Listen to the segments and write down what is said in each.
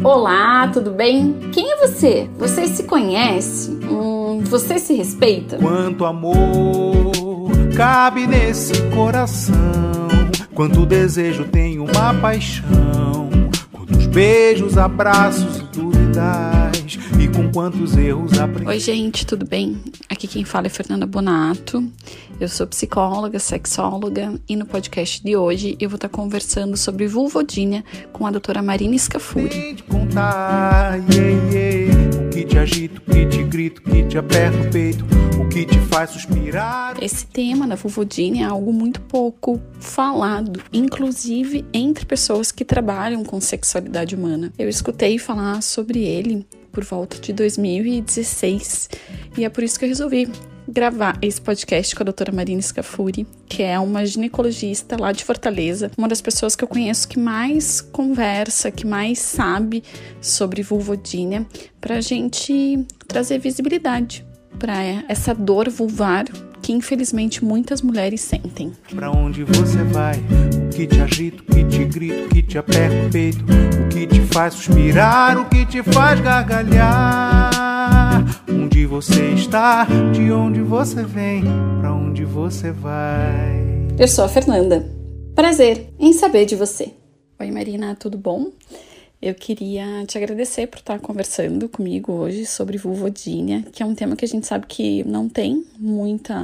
Olá, tudo bem? Quem é você? Você se conhece? Você se respeita? Quanto amor cabe nesse coração, quanto desejo tem uma paixão, quantos beijos, abraços e dúvidas, e com quantos erros aprendi. Oi gente, tudo bem? Aqui quem fala é Fernanda Bonato. Eu sou psicóloga, sexóloga e no podcast de hoje eu vou estar conversando sobre vulvodynia com a doutora Marina Scafuri. Tem de contar, o que te agita, o que te grita, o que te aperta o peito, o que te faz suspirar. Esse tema da vulvodynia é algo muito pouco falado, inclusive entre pessoas que trabalham com sexualidade humana. Eu escutei falar sobre ele por volta de 2016 e é por isso que eu resolvi gravar esse podcast com a doutora Marina Scafuri, que é uma ginecologista lá de Fortaleza, uma das pessoas que eu conheço que mais conversa, que mais sabe sobre vulvodynia, pra gente trazer visibilidade para essa dor vulvar que infelizmente muitas mulheres sentem. Pra onde você vai? O que te agita, o que te grita, o que te aperta o peito, o que te faz suspirar, o que te faz gargalhar. Onde você está, de onde você vem, pra onde você vai. Eu sou a Fernanda. Prazer em saber de você. Oi Marina, tudo bom? Eu queria te agradecer por estar conversando comigo hoje sobre vulvodynia, que é um tema que a gente sabe que não tem muita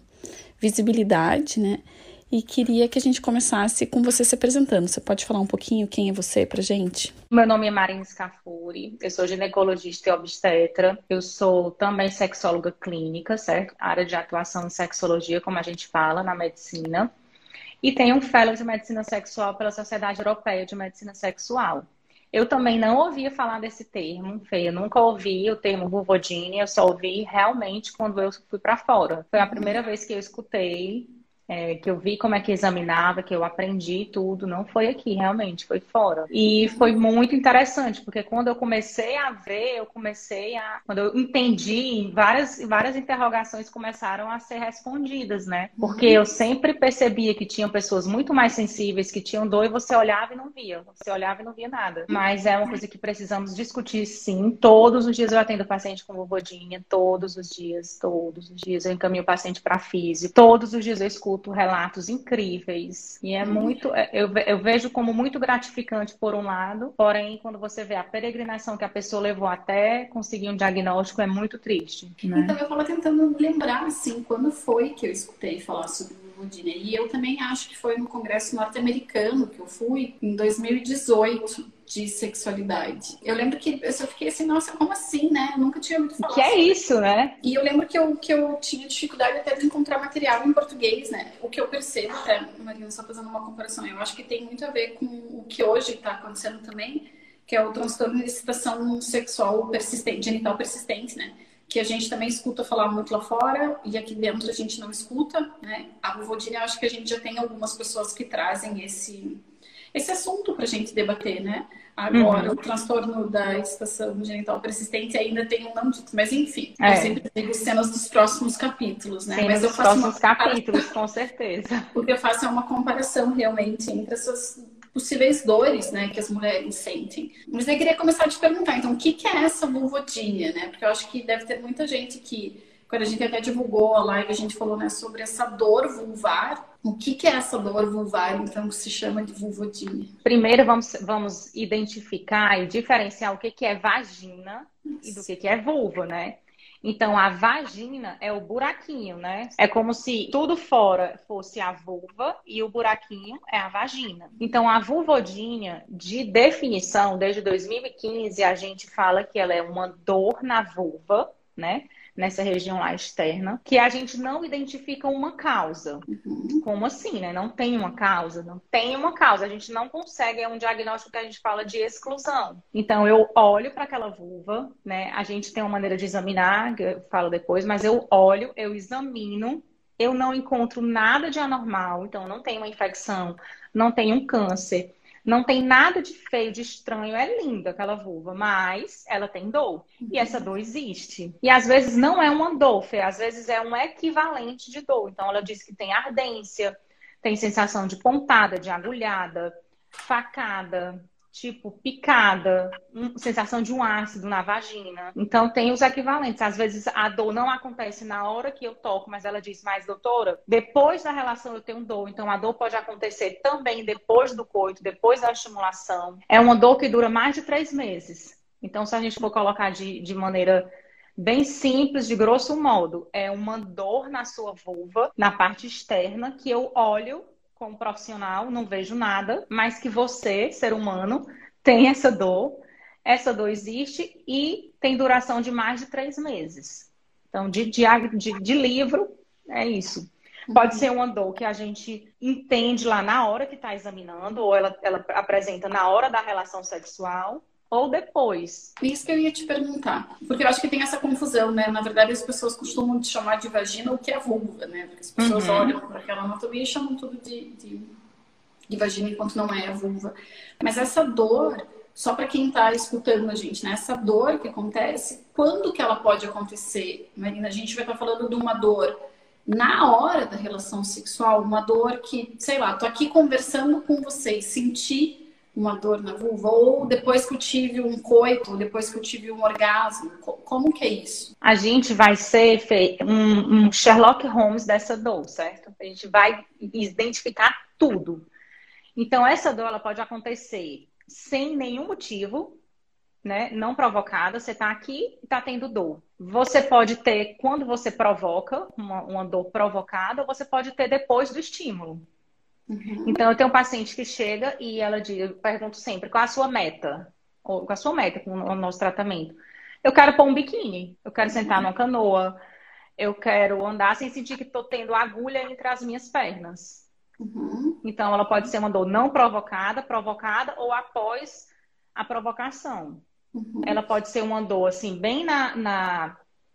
visibilidade, né? E queria que a gente começasse com você se apresentando. Você pode falar um pouquinho quem é você pra gente? Meu nome é Marina Scafuri, eu sou ginecologista e obstetra, eu sou também sexóloga clínica, certo? Área de atuação em sexologia, como a gente fala na medicina. E tenho um fellow de medicina sexual pela Sociedade Europeia de Medicina Sexual. Eu também não ouvia falar desse termo, Fê. Eu nunca ouvi o termo vulvodynia, eu só ouvi realmente quando eu fui para fora. Foi a primeira vez que eu escutei, que eu vi como é que examinava, que eu aprendi tudo. Não foi aqui, realmente, foi fora. E foi muito interessante, porque quando eu comecei a ver, quando eu entendi, várias interrogações começaram a ser respondidas, né? Porque eu sempre percebia que tinham pessoas muito mais sensíveis, que tinham dor e você olhava e não via. Você olhava e não via nada. Mas é uma coisa que precisamos discutir, sim. Todos os dias eu atendo paciente com vulvodynia, todos os dias eu encaminho o paciente para físio, todos os dias eu escuto relatos incríveis e é muito, eu vejo como muito gratificante por um lado, porém quando você vê a peregrinação que a pessoa levou até conseguir um diagnóstico é muito triste, né? Então eu estava tentando lembrar assim, quando foi que eu escutei falar sobre vulvodynia, e eu também acho que foi no congresso norte-americano que eu fui em 2018 de sexualidade. Eu lembro que eu só fiquei assim, nossa, como assim, né? Eu nunca tinha ouvido falar. Que é isso, né? E eu lembro que eu tinha dificuldade até de encontrar material em português, né? O que eu percebo, até, Marina, só fazendo uma comparação, eu acho que tem muito a ver com o que hoje está acontecendo também, que é o transtorno de excitação sexual persistente, genital persistente, né? Que a gente também escuta falar muito lá fora e aqui dentro a gente não escuta, né? A vulvodynia, eu acho que a gente já tem algumas pessoas que trazem esse assunto pra gente debater, né? Agora, o transtorno da excitação genital persistente ainda tem um não dito, mas enfim, eu sempre digo cenas dos próximos capítulos, né? Cenas dos próximos capítulos, com certeza. O que eu faço é uma comparação realmente entre essas possíveis dores, né, que as mulheres sentem. Mas eu queria começar a te perguntar, então, o que é essa vulvodynia, né? Porque eu acho que deve ter muita gente que, quando a gente até divulgou a live, a gente falou, né, sobre essa dor vulvar. O que é essa dor vulvar, então, que se chama de vulvodynia? Primeiro, vamos identificar e diferenciar o que é vagina e do que é vulva, né? Então, a vagina é o buraquinho, né? É como se tudo fora fosse a vulva e o buraquinho é a vagina. Então, a vulvodynia, de definição, desde 2015, a gente fala que ela é uma dor na vulva, né? Nessa região lá externa, que a gente não identifica uma causa. Como assim, né? Não tem uma causa? Não tem uma causa. A gente não consegue, é um diagnóstico que a gente fala de exclusão. Então, eu olho para aquela vulva, né? A gente tem uma maneira de examinar, que eu falo depois, mas eu olho, eu examino, eu não encontro nada de anormal, então não tem uma infecção, não tem um câncer, não tem nada de feio, de estranho, é linda aquela vulva, mas ela tem dor. E essa dor existe. E às vezes não é uma dor, Fê, às vezes é um equivalente de dor. Então ela diz que tem ardência, tem sensação de pontada, de agulhada, facada, tipo picada, sensação de um ácido na vagina. Então tem os equivalentes. Às vezes a dor não acontece na hora que eu toco, mas ela diz, mas doutora, depois da relação eu tenho dor. Então a dor pode acontecer também depois do coito, depois da estimulação. É uma dor que dura mais de 3 meses. Então se a gente for colocar de maneira bem simples, de grosso modo, é uma dor na sua vulva, na parte externa, que eu olho como profissional, não vejo nada, mas que você, ser humano, tem essa dor existe e tem duração de mais de 3 meses. Então, de livro, é isso. Pode ser uma dor que a gente entende lá na hora que está examinando, ou ela apresenta na hora da relação sexual, ou depois. Isso que eu ia te perguntar, porque eu acho que tem essa confusão, né? Na verdade, as pessoas costumam chamar de vagina o que é vulva, né? Porque as pessoas olham para aquela anatomia e chamam tudo de vagina enquanto não é a vulva. Mas essa dor, só para quem está escutando a gente, né? Essa dor que acontece, quando que ela pode acontecer? Marina, a gente vai estar falando de uma dor na hora da relação sexual, uma dor que, sei lá, tô aqui conversando com vocês, senti uma dor na vulva, ou depois que eu tive um coito, ou depois que eu tive um orgasmo, como que é isso? A gente vai ser um Sherlock Holmes dessa dor, certo? A gente vai identificar tudo. Então, essa dor ela pode acontecer sem nenhum motivo, né? Não provocada. Você está aqui e está tendo dor. Você pode ter quando você provoca uma dor provocada, ou você pode ter depois do estímulo. Então, eu tenho um paciente que chega e eu pergunto sempre, qual a sua meta? Ou qual a sua meta com o nosso tratamento? Eu quero pôr um biquíni, eu quero sentar numa canoa, eu quero andar sem sentir que estou tendo agulha entre as minhas pernas. Então, ela pode ser uma dor não provocada ou após a provocação. Ela pode ser uma dor, assim, bem na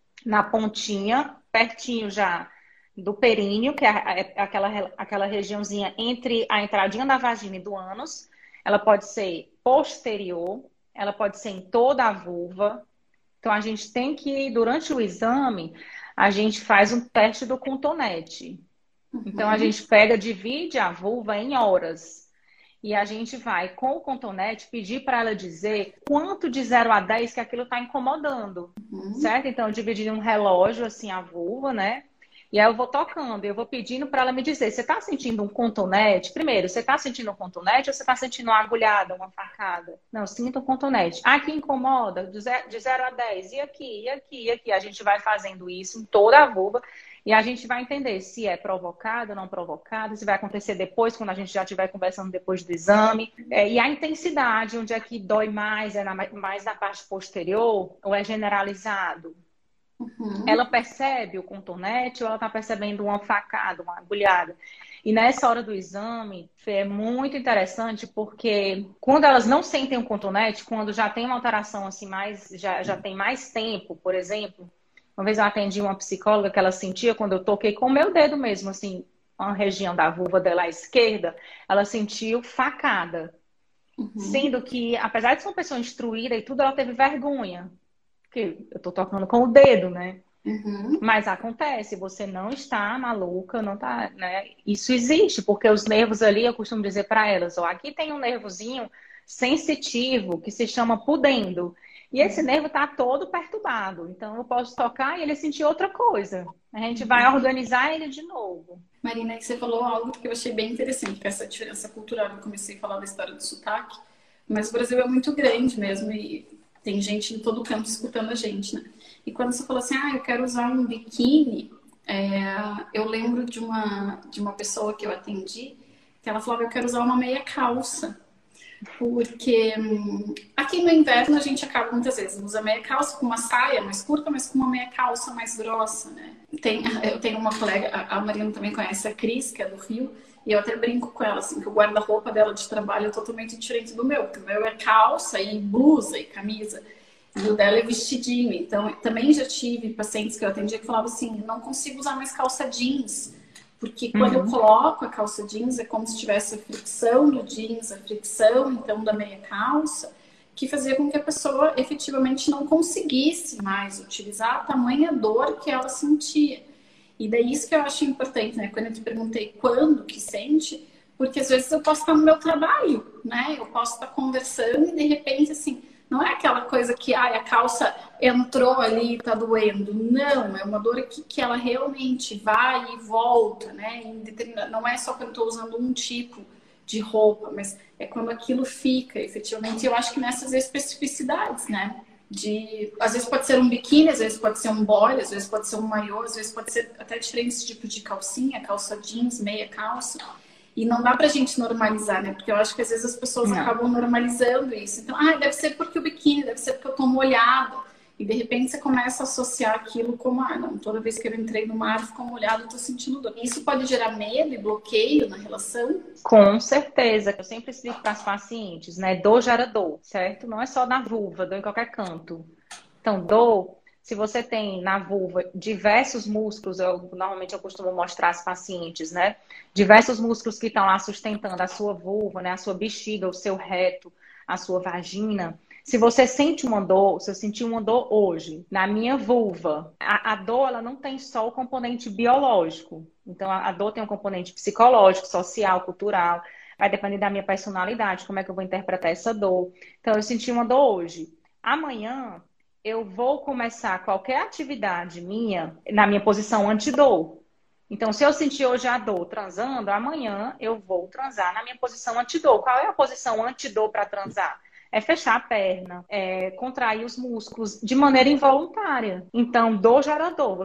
pontinha, pertinho já do períneo, que é aquela regiãozinha entre a entradinha da vagina e do ânus. Ela pode ser posterior, ela pode ser em toda a vulva. Então, a gente tem que, durante o exame, a gente faz um teste do cotonete. Então, a gente divide a vulva em horas. E a gente vai, com o cotonete, pedir para ela dizer quanto de 0 a 10 que aquilo está incomodando. Certo? Então, eu dividi um relógio, assim, a vulva, né? E aí eu vou tocando, eu vou pedindo para ela me dizer, você está sentindo um cotonete? Primeiro, você está sentindo um cotonete ou você está sentindo uma agulhada, uma facada? Não, eu sinto um cotonete. Aqui incomoda, de 0 a 10. E aqui, e aqui, e aqui. A gente vai fazendo isso em toda a vulva e a gente vai entender se é provocado ou não provocado, se vai acontecer depois, quando a gente já estiver conversando depois do exame. E a intensidade, onde é que dói mais, é mais na parte posterior ou é generalizado? Ela percebe o cotonete ou ela está percebendo uma facada, uma agulhada? E nessa hora do exame, é muito interessante porque quando elas não sentem o cotonete, quando já tem uma alteração assim, já tem mais tempo, por exemplo, uma vez eu atendi uma psicóloga que ela sentia quando eu toquei com o meu dedo mesmo, assim, uma região da vulva dela à esquerda, ela sentiu facada. Sendo que, apesar de ser uma pessoa instruída e tudo, ela teve vergonha. Porque eu tô tocando com o dedo, né? Mas acontece, você não está maluca, não tá, né? Isso existe, porque os nervos ali, eu costumo dizer para elas, ó, aqui tem um nervozinho sensitivo que se chama pudendo. E esse nervo tá todo perturbado. Então eu posso tocar e ele sentir outra coisa. A gente vai organizar ele de novo. Marina, você falou algo que eu achei bem interessante, que é essa diferença cultural. Eu comecei a falar da história do sotaque, mas o Brasil é muito grande mesmo e tem gente em todo canto escutando a gente, né? E quando você falou assim, eu quero usar um biquíni, eu lembro de uma pessoa que eu atendi, que ela falava, eu quero usar uma meia calça. Porque aqui no inverno a gente acaba muitas vezes usa meia calça com uma saia mais curta, mas com uma meia calça mais grossa, né? Eu tenho uma colega, a Marina também conhece, a Cris, que é do Rio, e eu até brinco com ela, assim, que o guarda-roupa dela de trabalho é totalmente diferente do meu, porque o meu é calça e blusa e camisa, e o dela é vestidinho. Então, também já tive pacientes que eu atendia que falavam assim, não consigo usar mais calça jeans, porque quando eu coloco a calça jeans é como se tivesse a fricção do jeans, a fricção, então, da meia calça, que fazia com que a pessoa efetivamente não conseguisse mais utilizar a tamanha dor que ela sentia. E daí isso que eu acho importante, né? Quando eu te perguntei quando que sente, Porque às vezes eu posso estar no meu trabalho, né? Eu posso estar conversando e de repente, assim, não é aquela coisa que a calça entrou ali e tá doendo. Não, é uma dor que ela realmente vai e volta, né? Não é só quando eu tô usando um tipo de roupa, mas é quando aquilo fica, efetivamente. Eu acho que nessas especificidades, né? Às vezes pode ser um biquíni, às vezes pode ser um body, às vezes pode ser um maiô, às vezes pode ser até diferentes tipos de calcinha, calça jeans, meia calça. E não dá pra gente normalizar, né? Porque eu acho que às vezes as pessoas acabam normalizando isso. Então, deve ser porque o biquíni, deve ser porque eu tô molhada. E de repente você começa a associar aquilo como, não, toda vez que eu entrei no mar, ficou molhado, eu tô sentindo dor. Isso pode gerar medo e bloqueio na relação? Com certeza. Eu sempre explico para as pacientes, né? Dor gera dor, certo? Não é só na vulva, dor em qualquer canto. Então, dor, se você tem na vulva diversos músculos, normalmente eu costumo mostrar às pacientes, né? Diversos músculos que estão lá sustentando a sua vulva, né? A sua bexiga, o seu reto, a sua vagina. Se você sente uma dor, se eu sentir uma dor hoje, na minha vulva, a dor ela não tem só o componente biológico. Então, a dor tem um componente psicológico, social, cultural. Vai depender da minha personalidade, como é que eu vou interpretar essa dor. Então, eu senti uma dor hoje. Amanhã, eu vou começar qualquer atividade minha na minha posição antidor. Então, se eu sentir hoje a dor transando, amanhã eu vou transar na minha posição antidor. Qual é a posição antidor para transar? É fechar a perna, contrair os músculos de maneira involuntária. Então, dor gera dor.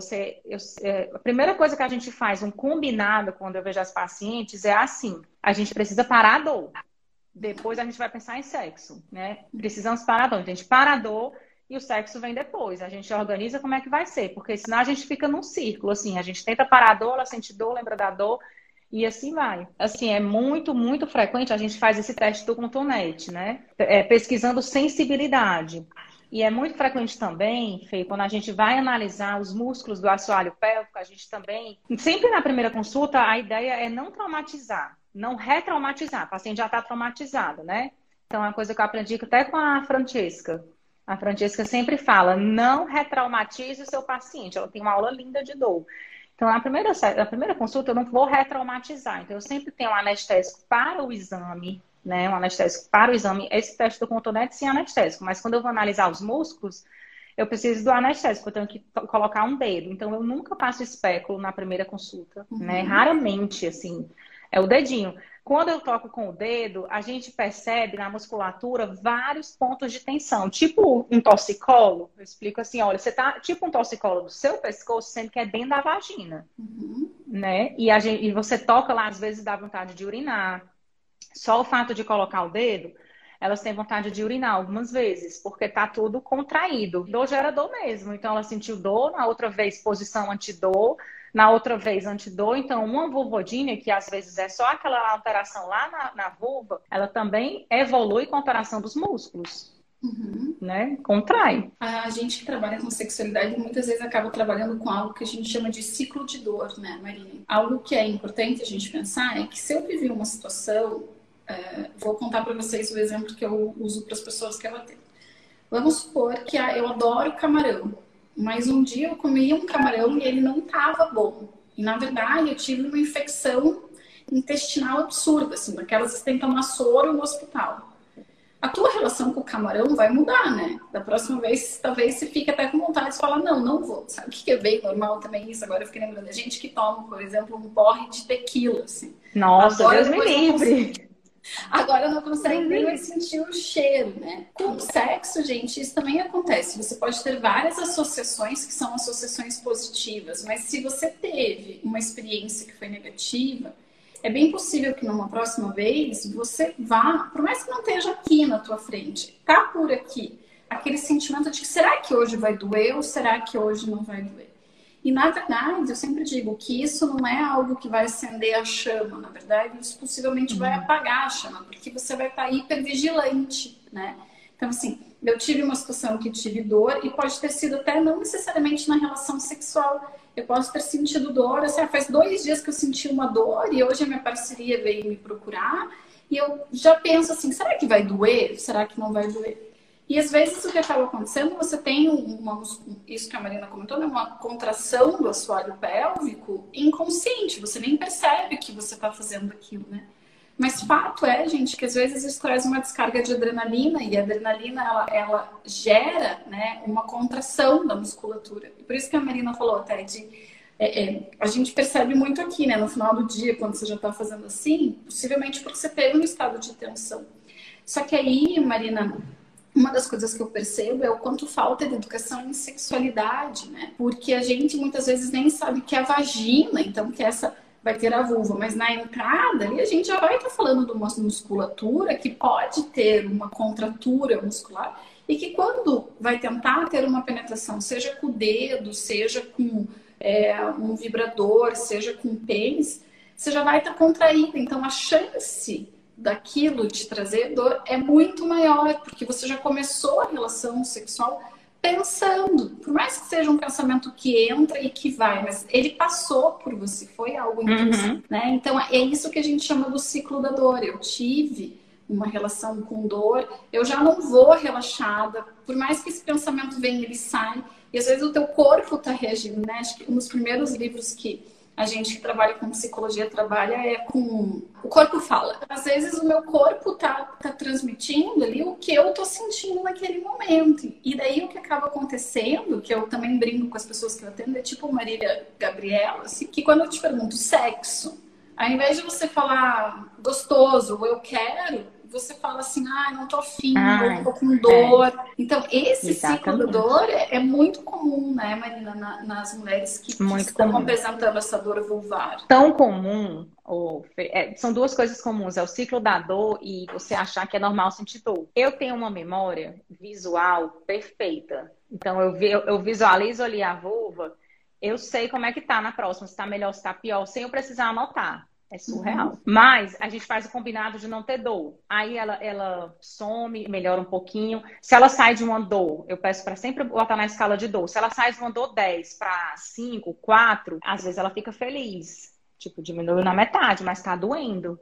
A primeira coisa que a gente faz, um combinado, quando eu vejo as pacientes, é assim: a gente precisa parar a dor. Depois a gente vai pensar em sexo, né? Precisamos parar a dor. Então, a gente para a dor e o sexo vem depois. A gente organiza como é que vai ser, porque senão a gente fica num círculo, assim. A gente tenta parar a dor, ela sente dor, lembra da dor. E assim vai. Assim, é muito, muito frequente, a gente faz esse teste do cotonete, né? Pesquisando sensibilidade. E é muito frequente também, Fê, quando a gente vai analisar os músculos do assoalho pélvico, a gente também... Sempre na primeira consulta, a ideia é não traumatizar, não retraumatizar. O paciente já está traumatizado, né? Então, é uma coisa que eu aprendi até com a Francesca. A Francesca sempre fala, não retraumatize o seu paciente. Ela tem uma aula linda de dor. Então, na primeira consulta, eu não vou retraumatizar. Então, eu sempre tenho um anestésico para o exame, né? Um anestésico para o exame. Esse teste do cotonete sem anestésico. Mas quando eu vou analisar os músculos, eu preciso do anestésico. Eu tenho que colocar um dedo. Então, eu nunca passo espéculo na primeira consulta, né? Raramente, assim, é o dedinho. Quando eu toco com o dedo, a gente percebe na musculatura vários pontos de tensão. Tipo um torcicolo. Eu explico assim, olha, você tá tipo um torcicolo do seu pescoço, sendo que é dentro da vagina. Né? E você toca lá, às vezes dá vontade de urinar. Só o fato de colocar o dedo, elas têm vontade de urinar algumas vezes, porque tá tudo contraído. Dor gera dor mesmo. Então ela sentiu dor, na outra vez posição antidor, na outra vez antidor. Então uma vulvodínia, que às vezes é só aquela alteração lá na vulva, ela também evolui com a alteração dos músculos. Né? Contrai. A gente que trabalha com sexualidade muitas vezes acaba trabalhando com algo que a gente chama de ciclo de dor, né, Marina? Algo que é importante a gente pensar é que se eu vivi uma situação, vou contar para vocês o exemplo que eu uso para as pessoas que eu atendo. Vamos supor que eu adoro camarão, mas um dia eu comi um camarão e ele não estava bom. E na verdade eu tive uma infecção intestinal absurda, assim, daquelas que você tem que tomar soro no hospital. A tua relação com o camarão vai mudar, né? Da próxima vez, talvez você fique até com vontade de falar, não vou. Sabe o que é bem normal também isso? Agora eu fiquei lembrando da gente que toma, por exemplo, um porre de tequila, assim. Nossa, agora, Deus me livre! Agora não consegue nem mais sentir o cheiro, né? Com o sexo, gente, isso também acontece. Você pode ter várias associações que são associações positivas, mas se você teve uma experiência que foi negativa, é bem possível que numa próxima vez você vá, por mais que não esteja aqui na tua frente, tá por aqui, aquele sentimento de que será que hoje vai doer ou será que hoje não vai doer? E na verdade, eu sempre digo que isso não é algo que vai acender a chama, na verdade, isso possivelmente vai apagar a chama, porque você vai estar hipervigilante, né? Então, assim, eu tive uma situação que tive dor e pode ter sido até não necessariamente na relação sexual. Eu posso ter sentido dor, assim, faz 2 dias que eu senti uma dor e hoje a minha parceria veio me procurar e eu já penso assim, será que vai doer? Será que não vai doer? E às vezes o que acaba acontecendo, você tem isso que a Marina comentou, né? Uma contração do assoalho pélvico inconsciente, você nem percebe que você está fazendo aquilo, né? Mas fato é, gente, que às vezes isso traz uma descarga de adrenalina e a adrenalina, ela gera, né, uma contração da musculatura. E por isso que a Marina falou até a gente percebe muito aqui, né, no final do dia, quando você já está fazendo assim, possivelmente porque você teve um estado de tensão. Só que aí, Marina, uma das coisas que eu percebo é o quanto falta de educação em sexualidade, né? Porque a gente muitas vezes nem sabe que é a vagina, então que essa vai ter a vulva, mas na entrada ali a gente já vai estar falando de uma musculatura que pode ter uma contratura muscular e que quando vai tentar ter uma penetração, seja com o dedo, seja com um vibrador, seja com pênis, você já vai estar contraída. Então a chance daquilo te trazer dor é muito maior, porque você já começou a relação sexual pensando, por mais que seja um pensamento que entra e que vai, mas ele passou por você, foi algo intrusivo, né? Então é isso que a gente chama do ciclo da dor. Eu tive uma relação com dor, eu já não vou relaxada, por mais que esse pensamento venha, ele sai, e às vezes o teu corpo tá reagindo, né? Acho que um dos primeiros livros que a gente que trabalha com psicologia trabalha é com... O corpo fala. Às vezes o meu corpo tá transmitindo ali o que eu tô sentindo naquele momento. E daí o que acaba acontecendo, que eu também brinco com as pessoas que eu atendo, é tipo Marília Gabriela, assim, que quando eu te pergunto sexo, ao invés de você falar gostoso ou eu quero, você fala assim, não tô afim, eu tô com dor. Então, esse ciclo da dor é muito comum, né, Marina, nas mulheres que estão apresentando essa dor vulvar. Tão comum, são duas coisas comuns, é o ciclo da dor e você achar que é normal sentir dor. Eu tenho uma memória visual perfeita, então eu visualizo ali a vulva, eu sei como é que tá na próxima, se tá melhor, se tá pior, sem eu precisar anotar. É surreal. Mas a gente faz o combinado de não ter dor. Aí ela some, melhora um pouquinho. Se ela sai de uma dor, eu peço para sempre botar na escala de dor. Se ela sai de uma dor 10 para 5, 4, às vezes ela fica feliz. Tipo, diminuiu na metade, mas tá doendo.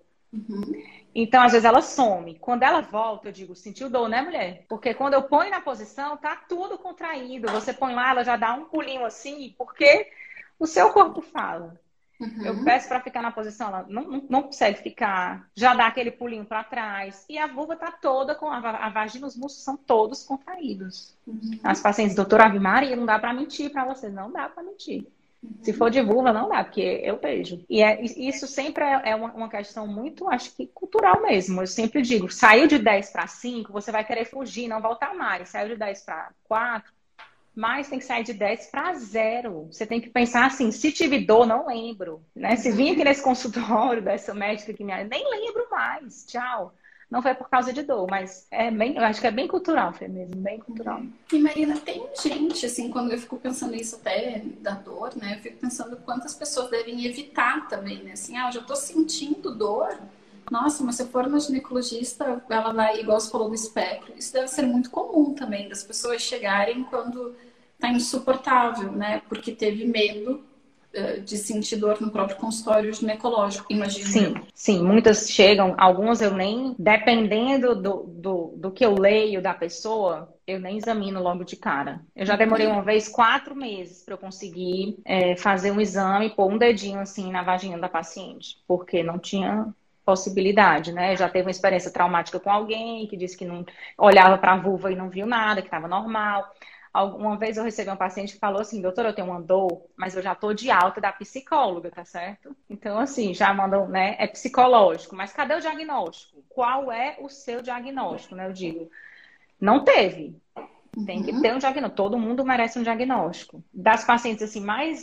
Então, às vezes ela some. Quando ela volta, eu digo, sentiu dor, né, mulher? Porque quando eu ponho na posição, tá tudo contraído. Você põe lá, ela já dá um pulinho assim, porque o seu corpo fala. Eu peço para ficar na posição, ela não consegue ficar, já dá aquele pulinho para trás. E a vulva tá toda com a vagina, os músculos são todos contraídos. As pacientes, doutora Ave Maria, não dá para mentir para vocês, não dá para mentir. Se for de vulva, não dá, porque eu vejo. E isso sempre é uma questão muito, acho que cultural mesmo. Eu sempre digo, saiu de 10 para 5, você vai querer fugir, não voltar mais. Saiu de 10 para 4, mas tem que sair de 10 para 0. Você tem que pensar assim, se tive dor, não lembro. Né? Se vim aqui nesse consultório dessa médica que nem lembro mais. Tchau. Não foi por causa de dor, mas eu acho que é bem cultural, foi mesmo, bem cultural. E Marina, tem gente, assim, quando eu fico pensando isso até da dor, né? Eu fico pensando quantas pessoas devem evitar também, né? Assim, eu já tô sentindo dor. Nossa, mas se eu for na ginecologista, ela vai, igual você falou do espectro. Isso deve ser muito comum também, das pessoas chegarem quando tá insuportável, né? Porque teve medo de sentir dor no próprio consultório ginecológico, imagino. Sim, muitas chegam, algumas eu nem, dependendo do que eu leio da pessoa, eu nem examino logo de cara. Eu já demorei uma vez 4 meses para eu conseguir fazer um exame, pôr um dedinho assim na vagina da paciente, porque não tinha possibilidade, né? Já teve uma experiência traumática com alguém que disse que não olhava para a vulva e não viu nada, que estava normal. Uma vez eu recebi uma paciente que falou assim, doutora, eu tenho uma dor, mas eu já tô de alta da psicóloga, tá certo? Então, assim, já mandam, né? É psicológico, mas cadê o diagnóstico? Qual é o seu diagnóstico, né? Eu digo, não teve. Tem que ter um diagnóstico. Todo mundo merece um diagnóstico. Das pacientes, assim,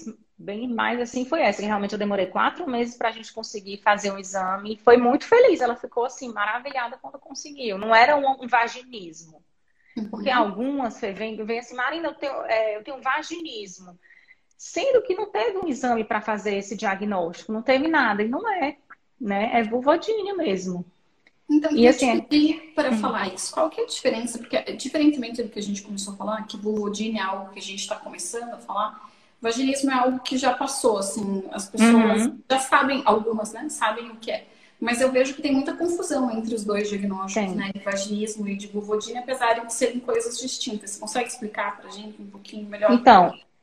bem mais assim foi essa, que realmente eu demorei 4 meses pra gente conseguir fazer um exame. E foi muito feliz, ela ficou, assim, maravilhada quando conseguiu. Não era um vaginismo. Porque algumas vêm assim, Marina, eu tenho vaginismo. Sendo que não teve um exame para fazer esse diagnóstico, não teve nada. E não é, né? É vulvodínia mesmo. Então, e assim, para falar isso, qual que é a diferença? Porque, diferentemente do que a gente começou a falar, que vulvodínia é algo que a gente está começando a falar, vaginismo é algo que já passou, assim, as pessoas já sabem, algumas, né, sabem o que é. Mas eu vejo que tem muita confusão entre os dois diagnósticos, né? De vaginismo e de vulvodínia, apesar de serem coisas distintas. Você consegue explicar pra gente um pouquinho melhor? Então,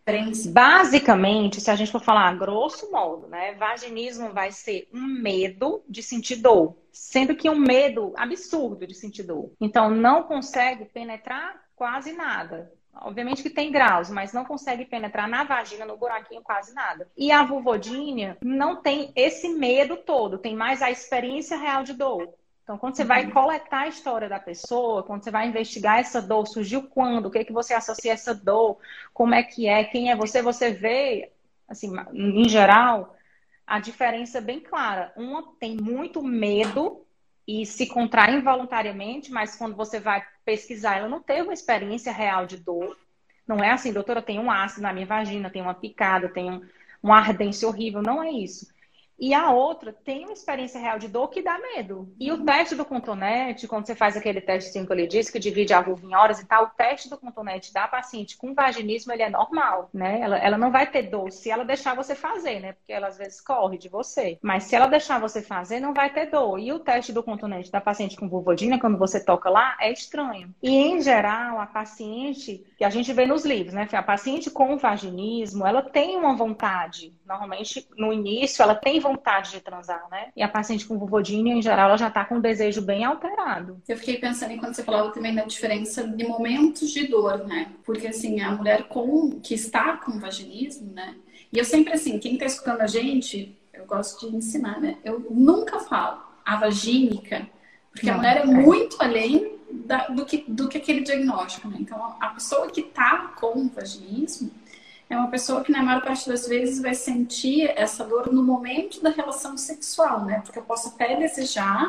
diferença? Basicamente, se a gente for falar a grosso modo, né? Vaginismo vai ser um medo de sentir dor, sendo que um medo absurdo de sentir dor. Então, não consegue penetrar quase nada. Obviamente que tem graus, mas não consegue penetrar na vagina, no buraquinho, quase nada. E a vulvodínia não tem esse medo todo, tem mais a experiência real de dor. Então, quando você vai coletar a história da pessoa, quando você vai investigar essa dor, surgiu quando, o que é que você associa a essa dor, como é que é, quem é você, você vê, assim, em geral, a diferença é bem clara. Uma tem muito medo e se contrai involuntariamente, mas quando você vai pesquisar, ela não teve uma experiência real de dor. Não é assim, doutora, eu tenho um ácido na minha vagina, tenho uma picada, tenho uma ardência horrível. Não é isso. E a outra tem uma experiência real de dor que dá medo. E o teste do cotonete, quando você faz aquele teste que eu lhe disse, que divide a vulva em horas e tal, o teste do cotonete da paciente com vaginismo, ele é normal, né? Ela não vai ter dor se ela deixar você fazer, né? Porque ela às vezes corre de você. Mas se ela deixar você fazer, não vai ter dor. E o teste do cotonete da paciente com vulvodínia, quando você toca lá, é estranho. E em geral, a paciente, que a gente vê nos livros, né? A paciente com vaginismo, ela tem uma vontade. Normalmente, no início, ela tem vontade de transar, né? E a paciente com vulvodínia, em geral, ela já tá com o desejo bem alterado. Eu fiquei pensando enquanto você falava também da diferença de momentos de dor, né? Porque, assim, a mulher que está com vaginismo, né? E eu sempre, assim, quem tá escutando a gente, eu gosto de ensinar, né? Eu nunca falo a vagínica, porque a mulher é muito além do que aquele diagnóstico, né? Então, a pessoa que tá com vaginismo é uma pessoa que, na maior parte das vezes, vai sentir essa dor no momento da relação sexual, né? Porque eu posso até desejar,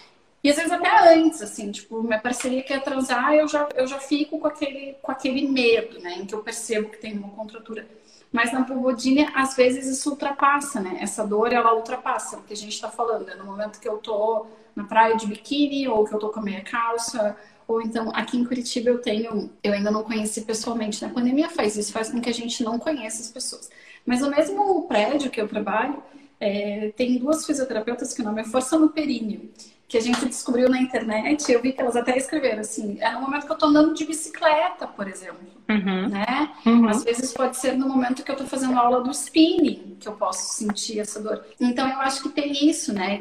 e às vezes até antes, assim, tipo, minha parceria quer transar, eu já fico com aquele medo, né? Em que eu percebo que tem uma contratura. Mas na vulvodínia, às vezes, isso ultrapassa, né? Essa dor, ela ultrapassa, o que a gente tá falando, né? No momento que eu tô na praia de biquíni, ou que eu tô com a meia calça, ou então, aqui em Curitiba eu ainda não conheci pessoalmente, né? A pandemia faz com que a gente não conheça as pessoas. Mas no mesmo prédio que eu trabalho, tem duas fisioterapeutas que o nome é Força no Períneo, que a gente descobriu na internet, eu vi que elas até escreveram assim, é no momento que eu tô andando de bicicleta, por exemplo, né? Às vezes pode ser no momento que eu tô fazendo aula do spinning, que eu posso sentir essa dor. Então eu acho que tem isso, né,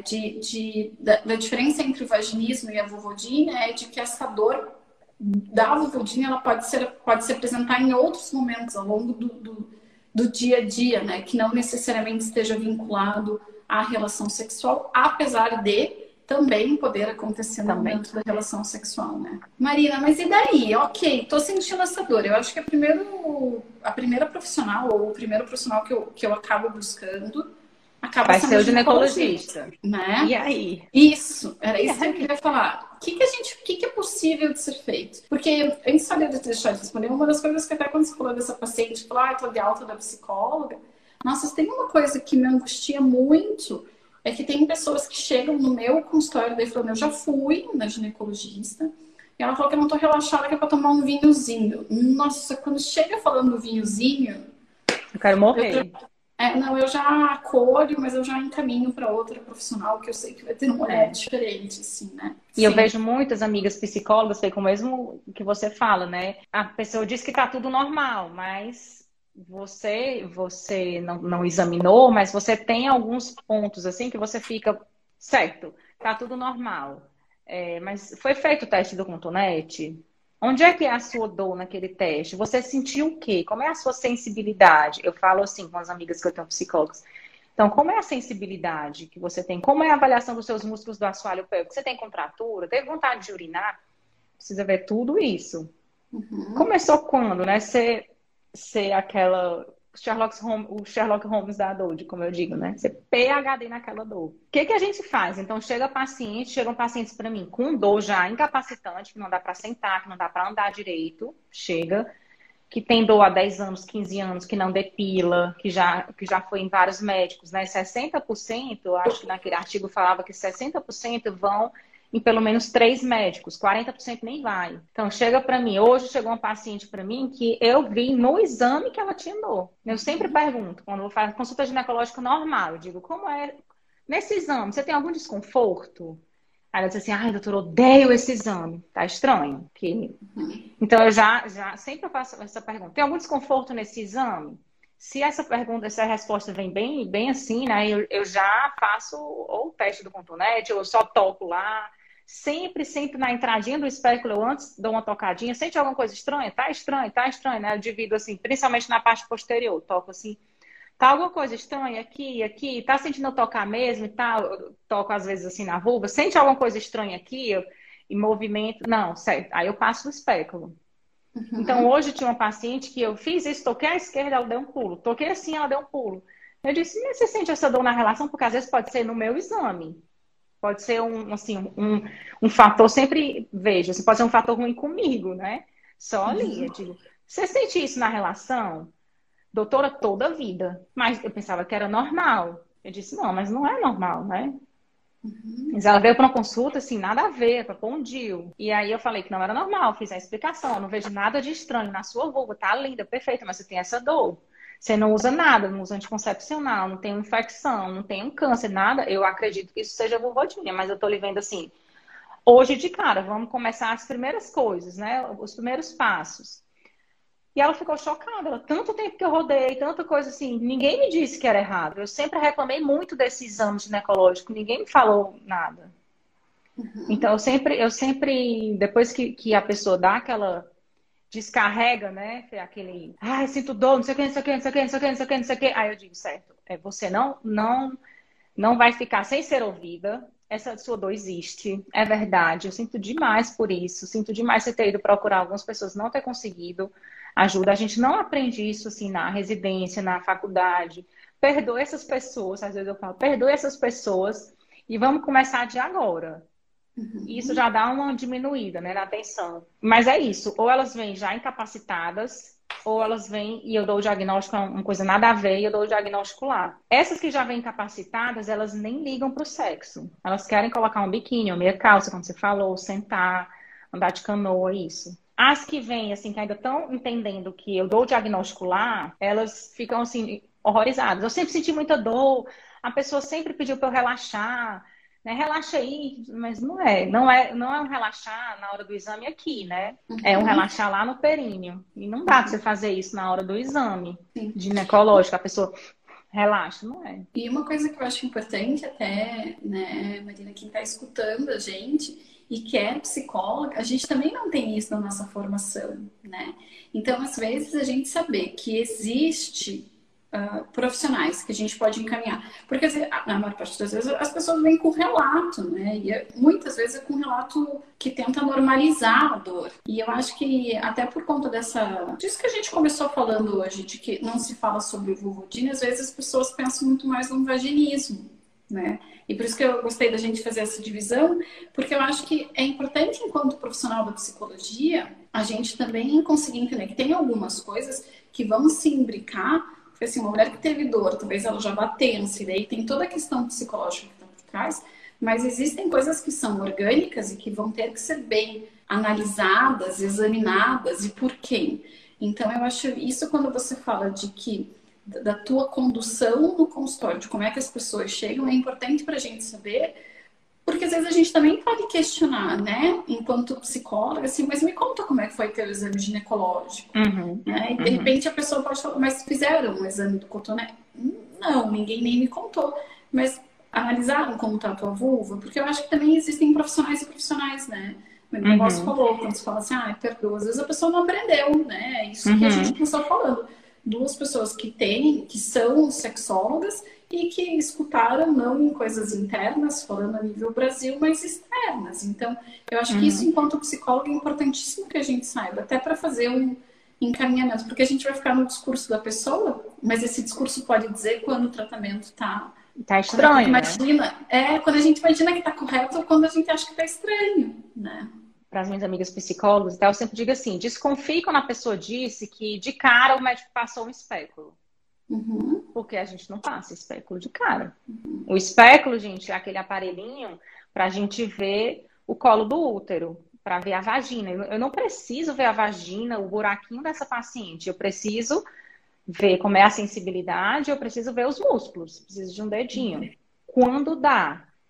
da diferença entre o vaginismo e a vulvodínia, é de que essa dor da vulvodínia, ela pode se apresentar em outros momentos, ao longo do dia a dia, né, que não necessariamente esteja vinculado à relação sexual, apesar de também poder acontecer no momento da relação sexual, né? Marina, mas e daí? Ok, tô sentindo essa dor. Eu acho que a primeira profissional, ou o primeiro profissional que eu acabo buscando, vai ser o ginecologista, né? E aí? Isso, era isso que eu queria falar. O que é possível de ser feito? Porque, antes de deixar de responder, uma das coisas que até quando você falou dessa paciente, falou, tô de alta da psicóloga, nossa, tem uma coisa que me angustia muito, é que tem pessoas que chegam no meu consultório daí falando, eu já fui na ginecologista, e ela falou que eu não tô relaxada, que é pra tomar um vinhozinho. Nossa, quando chega falando do vinhozinho... Eu quero morrer. Eu já acolho, mas eu já encaminho para outra profissional que eu sei que vai ter um olhar diferente, assim, né? E eu vejo muitas amigas psicólogas, foi com o mesmo que você fala, né? A pessoa diz que tá tudo normal, mas... Você não examinou, mas você tem alguns pontos assim que você fica certo, tá tudo normal. Mas foi feito o teste do cotonete? Onde é que é a sua dor naquele teste? Você sentiu o quê? Como é a sua sensibilidade? Eu falo assim com as amigas que eu tenho psicólogos. Então, como é a sensibilidade que você tem? Como é a avaliação dos seus músculos do assoalho pélvico? Você tem contratura? Teve vontade de urinar? Precisa ver tudo isso. Começou quando, né? Ser aquela o Sherlock Holmes da dor, como eu digo, né? Ser PhD naquela dor. O que a gente faz? Então, chegam pacientes para mim com dor já incapacitante, que não dá para sentar, que não dá para andar direito. Chega, que tem dor há 10 anos, 15 anos, que não depila, que já foi em vários médicos, né? 60%, eu acho que naquele artigo falava que 60% vão em pelo menos 3 médicos, 40% nem vai. Então, hoje chegou uma paciente para mim que eu vi no exame que ela tinha dor. Eu sempre pergunto, quando eu vou fazer consulta ginecológica normal, eu digo, como é? Nesse exame, você tem algum desconforto? Aí ela disse assim, ai, doutor, odeio esse exame. Tá estranho. Então, eu sempre faço essa pergunta. Tem algum desconforto nesse exame? Se essa pergunta, se a resposta vem bem assim, né? Eu já faço ou o teste do cotonete, ou eu só toco lá. Sempre na entradinha do espéculo, eu antes dou uma tocadinha. Sente alguma coisa estranha? Tá estranho, né? Eu divido assim, principalmente na parte posterior. Toco assim. Tá alguma coisa estranha aqui? Tá sentindo eu tocar mesmo e tal? Eu toco às vezes assim na vulva. Sente alguma coisa estranha aqui? Em movimento? Não, certo. Aí eu passo no espéculo. Então, hoje tinha uma paciente que eu fiz isso, toquei à esquerda, ela deu um pulo. Toquei assim, ela deu um pulo. Eu disse, mas você sente essa dor na relação? Porque às vezes pode ser no meu exame. Pode ser um fator, sempre vejo, assim, pode ser um fator ruim comigo, né? Só ali, eu digo, você sente isso na relação? Doutora, toda a vida. Mas eu pensava que era normal. Eu disse, não, mas não é normal, né? Mas ela veio para uma consulta, assim, nada a ver, para pôr um DIU. E aí eu falei que não era normal, fiz a explicação. Eu não vejo nada de estranho na sua vulva, tá linda, perfeita, mas você tem essa dor. Você não usa nada, não usa anticoncepcional, não tem uma infecção, não tem um câncer, nada. Eu acredito que isso seja vulvodínia, mas eu tô lhe vendo assim, hoje de cara, vamos começar as primeiras coisas, né? Os primeiros passos. E ela ficou chocada. Ela, tanto tempo que eu rodei, tanta coisa assim, ninguém me disse que era errado. Eu sempre reclamei muito desse exame ginecológico, ninguém me falou nada. Então, eu sempre depois que a pessoa dá aquela descarrega, né? Aquele, ai, sinto dor, não sei o que, não sei o que, não sei o que, não sei o que, não sei o que, não sei o que. Aí eu digo, certo, você não vai ficar sem ser ouvida. Essa sua dor existe, é verdade. Eu sinto demais por isso. Sinto demais você ter ido procurar algumas pessoas, não ter conseguido ajuda. A gente não aprende isso assim na residência, na faculdade. Perdoe essas pessoas. Às vezes eu falo, perdoe essas pessoas e vamos começar de agora. Isso já dá uma diminuída, né, na atenção. Mas é isso. Ou elas vêm já incapacitadas, ou elas vêm e eu dou o diagnóstico, uma coisa nada a ver, e eu dou o diagnóstico lá. Essas que já vêm incapacitadas, elas nem ligam pro sexo. Elas querem colocar um biquíni, uma meia calça, como você falou, sentar, andar de canoa, isso. As que vêm, assim, que ainda estão entendendo que eu dou o diagnóstico lá, elas ficam, assim, horrorizadas. Eu sempre senti muita dor, a pessoa sempre pediu para eu relaxar, né? Relaxa aí, mas não é um relaxar na hora do exame aqui, né? É um relaxar lá no períneo. E não dá pra você fazer isso na hora do exame ginecológico, a pessoa relaxa, não é? E uma coisa que eu acho importante até, né, Marina, quem tá escutando a gente e que é psicóloga, a gente também não tem isso na nossa formação, né? Então, às vezes, a gente saber que existe profissionais que a gente pode encaminhar. Porque, na maior parte das vezes, as pessoas vêm com relato, né? E muitas vezes é com relato que tenta normalizar a dor. E eu acho que, até por conta disso que a gente começou falando hoje, de que não se fala sobre vulvodínia, às vezes as pessoas pensam muito mais no vaginismo, né? E por isso que eu gostei da gente fazer essa divisão, porque eu acho que é importante, enquanto profissional da psicologia, a gente também conseguir entender que tem algumas coisas que vão se imbricar. Porque assim, uma mulher que teve dor, talvez ela já vá tensa, e daí tem toda a questão psicológica que está por trás, mas existem coisas que são orgânicas e que vão ter que ser bem analisadas, examinadas, e por quem. Então, eu acho isso quando você fala de que da tua condução no consultório, de como é que as pessoas chegam, é importante para a gente saber, porque às vezes a gente também pode questionar, né, enquanto psicóloga, assim, mas me conta como é que foi teu exame ginecológico, né? E de repente a pessoa pode falar, mas fizeram um exame do cotonete? Não, ninguém nem me contou, mas analisaram como tá a tua vulva? Porque eu acho que também existem profissionais e profissionais, né? O negócio falou, quando você fala assim, perdoa, às vezes a pessoa não aprendeu, né? É isso que a gente começou falando. Duas pessoas que são sexólogas e que escutaram não em coisas internas, falando a nível Brasil, mas externas. Então, eu acho que isso, enquanto psicólogo, é importantíssimo que a gente saiba, até para fazer um encaminhamento, porque a gente vai ficar no discurso da pessoa, mas esse discurso pode dizer quando o tratamento tá estranho, imagina, né? Quando a gente imagina que tá correto ou quando a gente acha que tá estranho, né? Para as minhas amigas psicólogas e tal, eu sempre digo assim, desconfie quando a pessoa disse que de cara o médico passou um espéculo. Porque a gente não passa espéculo de cara. O espéculo, gente, é aquele aparelhinho para a gente ver o colo do útero, para ver a vagina. Eu não preciso ver a vagina, o buraquinho dessa paciente. Eu preciso ver como é a sensibilidade, eu preciso ver os músculos. Preciso de um dedinho. Quando dá,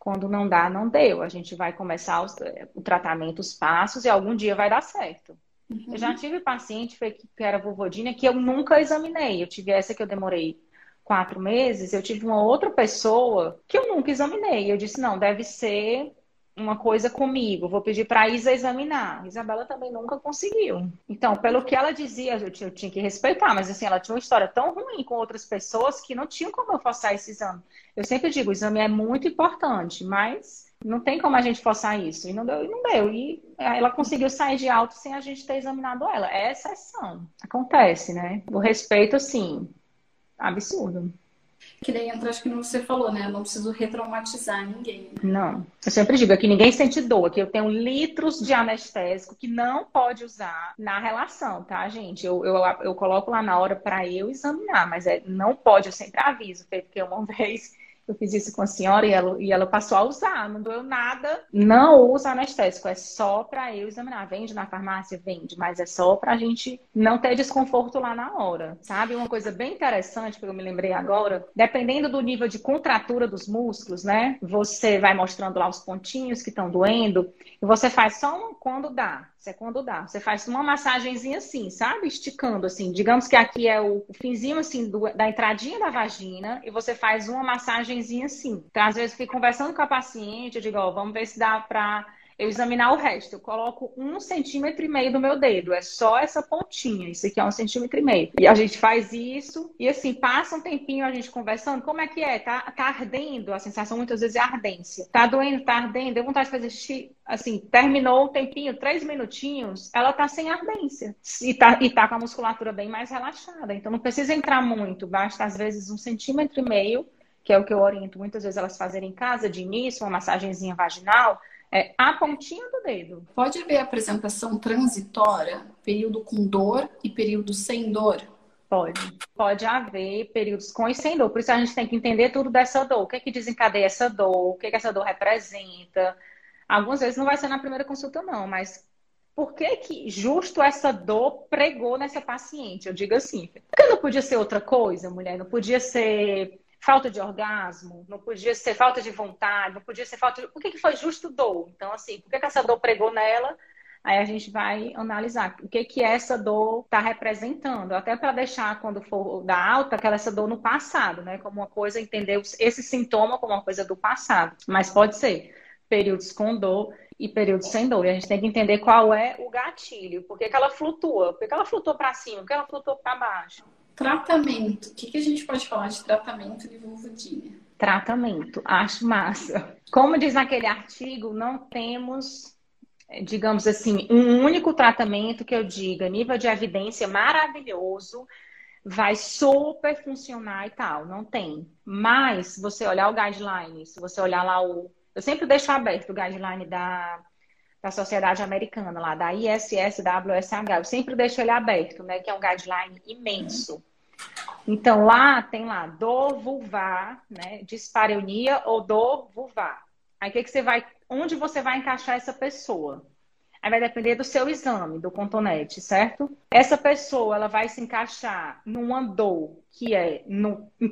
Quando não dá, não deu. A gente vai começar o tratamento, os passos, e algum dia vai dar certo. Eu já tive paciente que era vulvodínia que eu nunca examinei. Eu tive essa que eu demorei 4 meses. Eu tive uma outra pessoa que eu nunca examinei. Eu disse, não, deve ser uma coisa comigo. Vou pedir para a Isa examinar. Isabela também nunca conseguiu. Então, pelo que ela dizia, eu tinha que respeitar. Mas assim, ela tinha uma história tão ruim com outras pessoas que não tinham como eu forçar esse exame. Eu sempre digo, o exame é muito importante, mas não tem como a gente forçar isso. E não deu, e não deu. E ela conseguiu sair de alta sem a gente ter examinado ela. É exceção. Acontece, né? O respeito, assim, absurdo. Que daí entra, acho que não você falou, né? Eu não preciso retraumatizar ninguém. Não. Eu sempre digo, aqui ninguém sente dor. Aqui eu tenho litros de anestésico que não pode usar na relação, tá, gente? Eu coloco lá na hora para eu examinar, mas não pode, eu sempre aviso, porque uma vez eu fiz isso com a senhora e ela passou a usar, não doeu nada. Não usa anestésico, é só para eu examinar. Vende na farmácia? Vende, mas é só pra gente não ter desconforto lá na hora, sabe? Uma coisa bem interessante que eu me lembrei agora, dependendo do nível de contratura dos músculos, né? Você vai mostrando lá os pontinhos que estão doendo e você faz só quando dá. Isso é quando dá. Você faz uma massagenzinha assim, sabe? Esticando assim. Digamos que aqui é o finzinho assim da entradinha da vagina e você faz uma massagenzinha assim. Então, às vezes, eu fico conversando com a paciente, eu digo, ó, vamos ver se dá pra eu examinar o resto. Eu coloco 1,5 centímetro do meu dedo. É só essa pontinha. Isso aqui é 1,5 centímetro. E a gente faz isso e assim, passa um tempinho a gente conversando. Como é que é? Tá ardendo? A sensação muitas vezes é ardência. Tá doendo? Tá ardendo? Deu vontade de fazer xixi? Assim, terminou o tempinho, 3 minutinhos, ela tá sem ardência. E tá com a musculatura bem mais relaxada. Então não precisa entrar muito. Basta às vezes 1,5 centímetro, que é o que eu oriento muitas vezes elas fazerem em casa de início, uma massagenzinha vaginal. É a pontinha do dedo. Pode haver apresentação transitória, período com dor e período sem dor? Pode. Pode haver períodos com e sem dor. Por isso a gente tem que entender tudo dessa dor. O que é que desencadeia essa dor? O que é que essa dor representa? Algumas vezes não vai ser na primeira consulta, não. Mas por que justo essa dor pregou nessa paciente? Eu digo assim, porque não podia ser outra coisa, mulher? Não podia ser falta de orgasmo, não podia ser falta de vontade, não podia ser falta de... Por que foi justo dor? Então, assim, por que essa dor pregou nela? Aí a gente vai analisar o que essa dor está representando. Até para deixar, quando for da alta, aquela essa dor no passado, né? Como uma coisa, entender esse sintoma como uma coisa do passado. Mas pode ser períodos com dor e períodos sem dor. E a gente tem que entender qual é o gatilho. Por que ela flutua? Por que ela flutuou para cima? Por que ela flutuou para baixo? Tratamento. O que a gente pode falar de tratamento de vulvodínia? Tratamento. Acho massa. Como diz naquele artigo, não temos, digamos assim, um único tratamento que eu diga, nível de evidência maravilhoso, vai super funcionar e tal. Não tem. Mas, se você olhar o guideline, se você olhar lá eu sempre deixo aberto o guideline da Sociedade Americana, lá da ISSWSH. Eu sempre deixo ele aberto, né? Que é um guideline imenso. Então, lá tem lá dor vulvar, né? Dispareunia ou dor vulvar. Aí, onde você vai encaixar essa pessoa? Aí vai depender do seu exame, do cotonete, certo? Essa pessoa, ela vai se encaixar numa dor que é em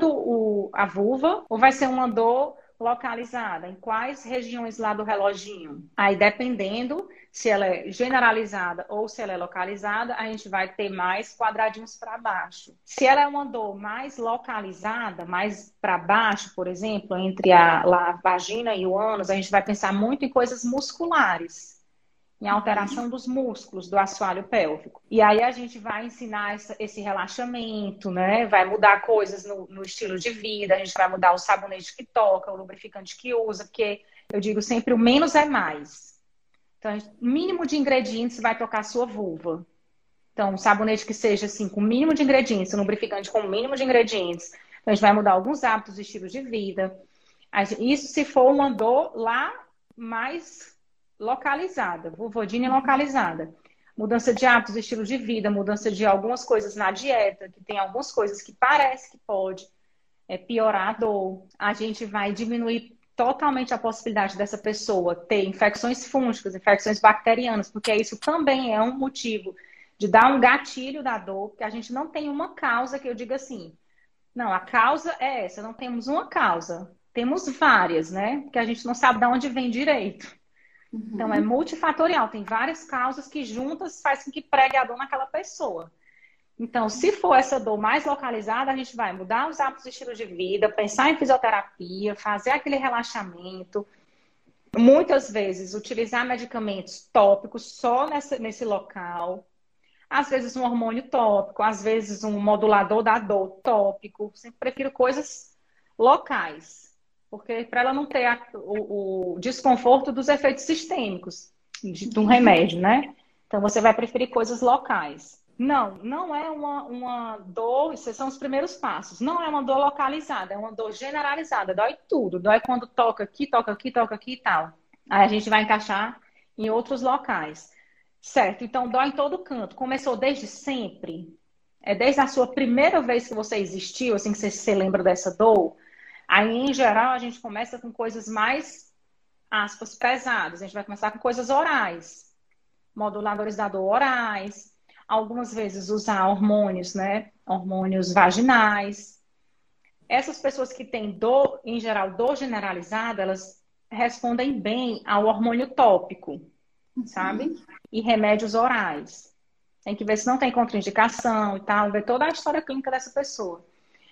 todo a vulva ou vai ser uma dor localizada? Em quais regiões lá do reloginho? Aí, dependendo se ela é generalizada ou se ela é localizada, a gente vai ter mais quadradinhos para baixo. Se ela é uma dor mais localizada, mais para baixo, por exemplo, entre a vagina e o ânus, a gente vai pensar muito em coisas musculares, em alteração dos músculos do assoalho pélvico. E aí a gente vai ensinar esse relaxamento, né? Vai mudar coisas no estilo de vida, a gente vai mudar o sabonete que toca, o lubrificante que usa, porque eu digo sempre o menos é mais. Então, o mínimo de ingredientes vai tocar a sua vulva. Então, um sabonete que seja assim, com o mínimo de ingredientes, um lubrificante com o mínimo de ingredientes. Então, a gente vai mudar alguns hábitos e estilos de vida. Isso se for uma dor lá mais localizada, vulvodínia localizada. Mudança de hábitos, estilo de vida, mudança de algumas coisas na dieta, que tem algumas coisas que parece que pode piorar a dor. A gente vai diminuir totalmente a possibilidade dessa pessoa ter infecções fúngicas, infecções bacterianas, porque isso também é um motivo de dar um gatilho da dor, porque a gente não tem uma causa que eu diga assim, não, a causa é essa, não temos uma causa. Temos várias, né? Porque a gente não sabe de onde vem direito. Então, é multifatorial. Tem várias causas que juntas faz com que pregue a dor naquela pessoa. Então, se for essa dor mais localizada, a gente vai mudar os hábitos de estilo de vida, pensar em fisioterapia, fazer aquele relaxamento. Muitas vezes, utilizar medicamentos tópicos só nesse local. Às vezes, um hormônio tópico, às vezes, um modulador da dor tópico. Sempre prefiro coisas locais, porque para ela não ter o desconforto dos efeitos sistêmicos de um remédio, né? Então, você vai preferir coisas locais. Não é uma dor, esses são os primeiros passos. Não é uma dor localizada, é uma dor generalizada. Dói tudo. Dói quando toca aqui, toca aqui, toca aqui e tal. Aí a gente vai encaixar em outros locais. Certo, então dói em todo canto. Começou desde sempre? É desde a sua primeira vez que você existiu, assim que você se lembra dessa dor? Aí, em geral, a gente começa com coisas mais, aspas, pesadas. A gente vai começar com coisas orais. Moduladores da dor orais. Algumas vezes usar hormônios, né? Hormônios vaginais. Essas pessoas que têm dor, em geral, dor generalizada, elas respondem bem ao hormônio tópico, sabe? E remédios orais. Tem que ver se não tem contraindicação e tal, ver toda a história clínica dessa pessoa.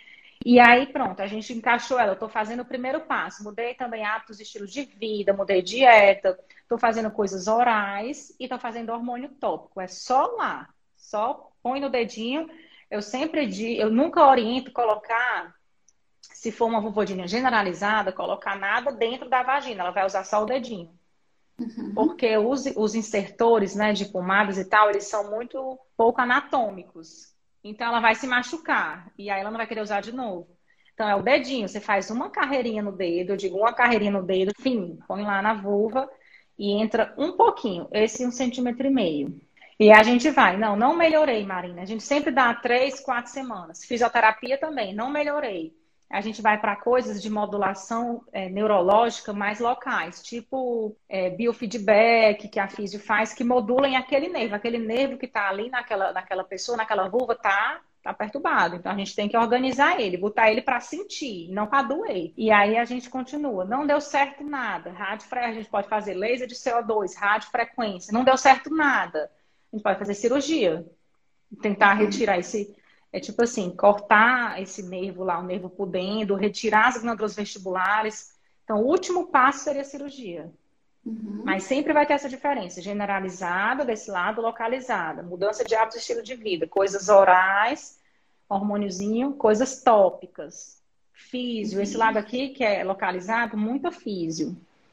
E aí, pronto, a gente encaixou ela. Eu tô fazendo o primeiro passo. Mudei também hábitos e estilos de vida, mudei dieta, tô fazendo coisas orais e tô fazendo hormônio tópico. É só lá. Só põe no dedinho. Eu nunca oriento colocar, se for uma vulvodinha generalizada, colocar nada dentro da vagina. Ela vai usar só o dedinho. Porque os insertores, né, de pomadas e tal, eles são muito pouco anatômicos. Então, ela vai se machucar. E aí, ela não vai querer usar de novo. Então, é o dedinho. Você faz uma carreirinha no dedo. Eu digo uma carreirinha no dedo, fim. Põe lá na vulva e entra um pouquinho. Esse 1,5 centímetros. E a gente vai. Não melhorei, Marina. A gente sempre dá 3, 4 semanas. Fisioterapia também. Não melhorei. A gente vai para coisas de modulação neurológica mais locais, tipo biofeedback que a físio faz, que modulem aquele nervo que está ali naquela pessoa, naquela vulva, tá perturbado. Então a gente tem que organizar ele, botar ele para sentir, não para doer. E aí a gente continua. Não deu certo nada. A gente pode fazer laser de CO2, radiofrequência. Não deu certo nada. A gente pode fazer cirurgia, tentar retirar esse... É tipo assim, cortar esse nervo lá, o nervo pudendo, retirar as glândulas vestibulares. Então, o último passo seria a cirurgia. Mas sempre vai ter essa diferença. Generalizada desse lado, localizada. Mudança de hábitos e estilo de vida. Coisas orais, hormôniozinho, coisas tópicas. Físio. Esse lado aqui, que é localizado, muito físio.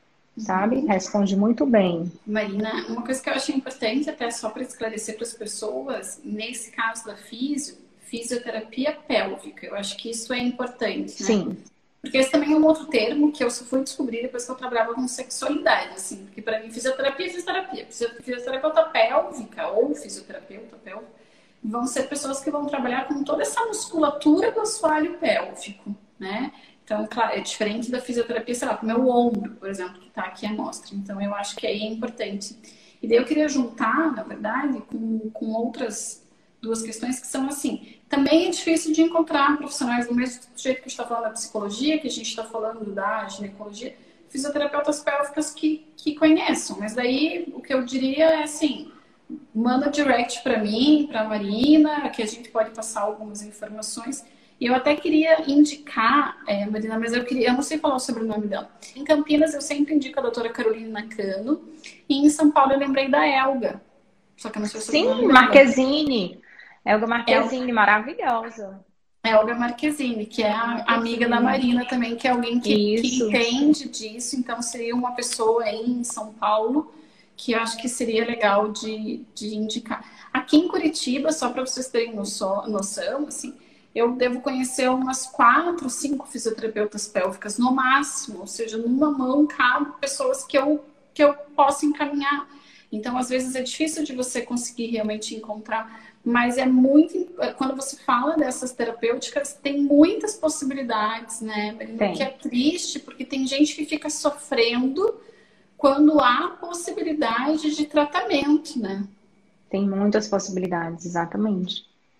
Sabe? Responde muito bem. Marina, uma coisa que eu acho importante, até só para esclarecer para as pessoas, nesse caso da fisioterapia pélvica. Eu acho que isso é importante, né? Sim. Porque esse também é um outro termo que eu só fui descobrir depois que eu trabalhava com sexualidade, assim. Porque para mim, fisioterapia é fisioterapia. Fisioterapeuta pélvica ou fisioterapeuta pélvica vão ser pessoas que vão trabalhar com toda essa musculatura do assoalho pélvico, né? Então, claro, é diferente da fisioterapia, sei lá, como é o ombro, por exemplo, que está aqui a mostra. Então, eu acho que aí é importante. E daí eu queria juntar, na verdade, com outras duas questões que são assim. Também é difícil de encontrar profissionais do mesmo jeito que a gente está falando da psicologia, que a gente está falando da ginecologia, fisioterapeutas pélvicas que conheçam. Mas daí o que eu diria é assim, manda direct para mim, para a Marina, que a gente pode passar algumas informações. E eu até queria indicar, Marina, mas eu não sei falar sobre o sobrenome dela. Em Campinas eu sempre indico a doutora Carolina Nakano. E em São Paulo eu lembrei da Elga. Só que eu não sei o sobrenome dela. Marquezine. Elga Marquezine, maravilhosa. Elga Marquezine, que é a amiga da Marina também, que é alguém que entende disso. Então, seria uma pessoa aí em São Paulo que eu acho que seria legal de indicar. Aqui em Curitiba, só para vocês terem noção, assim, eu devo conhecer umas 4, 5 fisioterapeutas pélvicas no máximo. Ou seja, numa mão cabe pessoas que eu posso encaminhar. Então, às vezes, é difícil de você conseguir realmente encontrar. Mas é muito... Quando você fala dessas terapêuticas, tem muitas possibilidades, né? Que é triste, porque tem gente que fica sofrendo quando há possibilidade de tratamento, né? Tem muitas possibilidades, exatamente.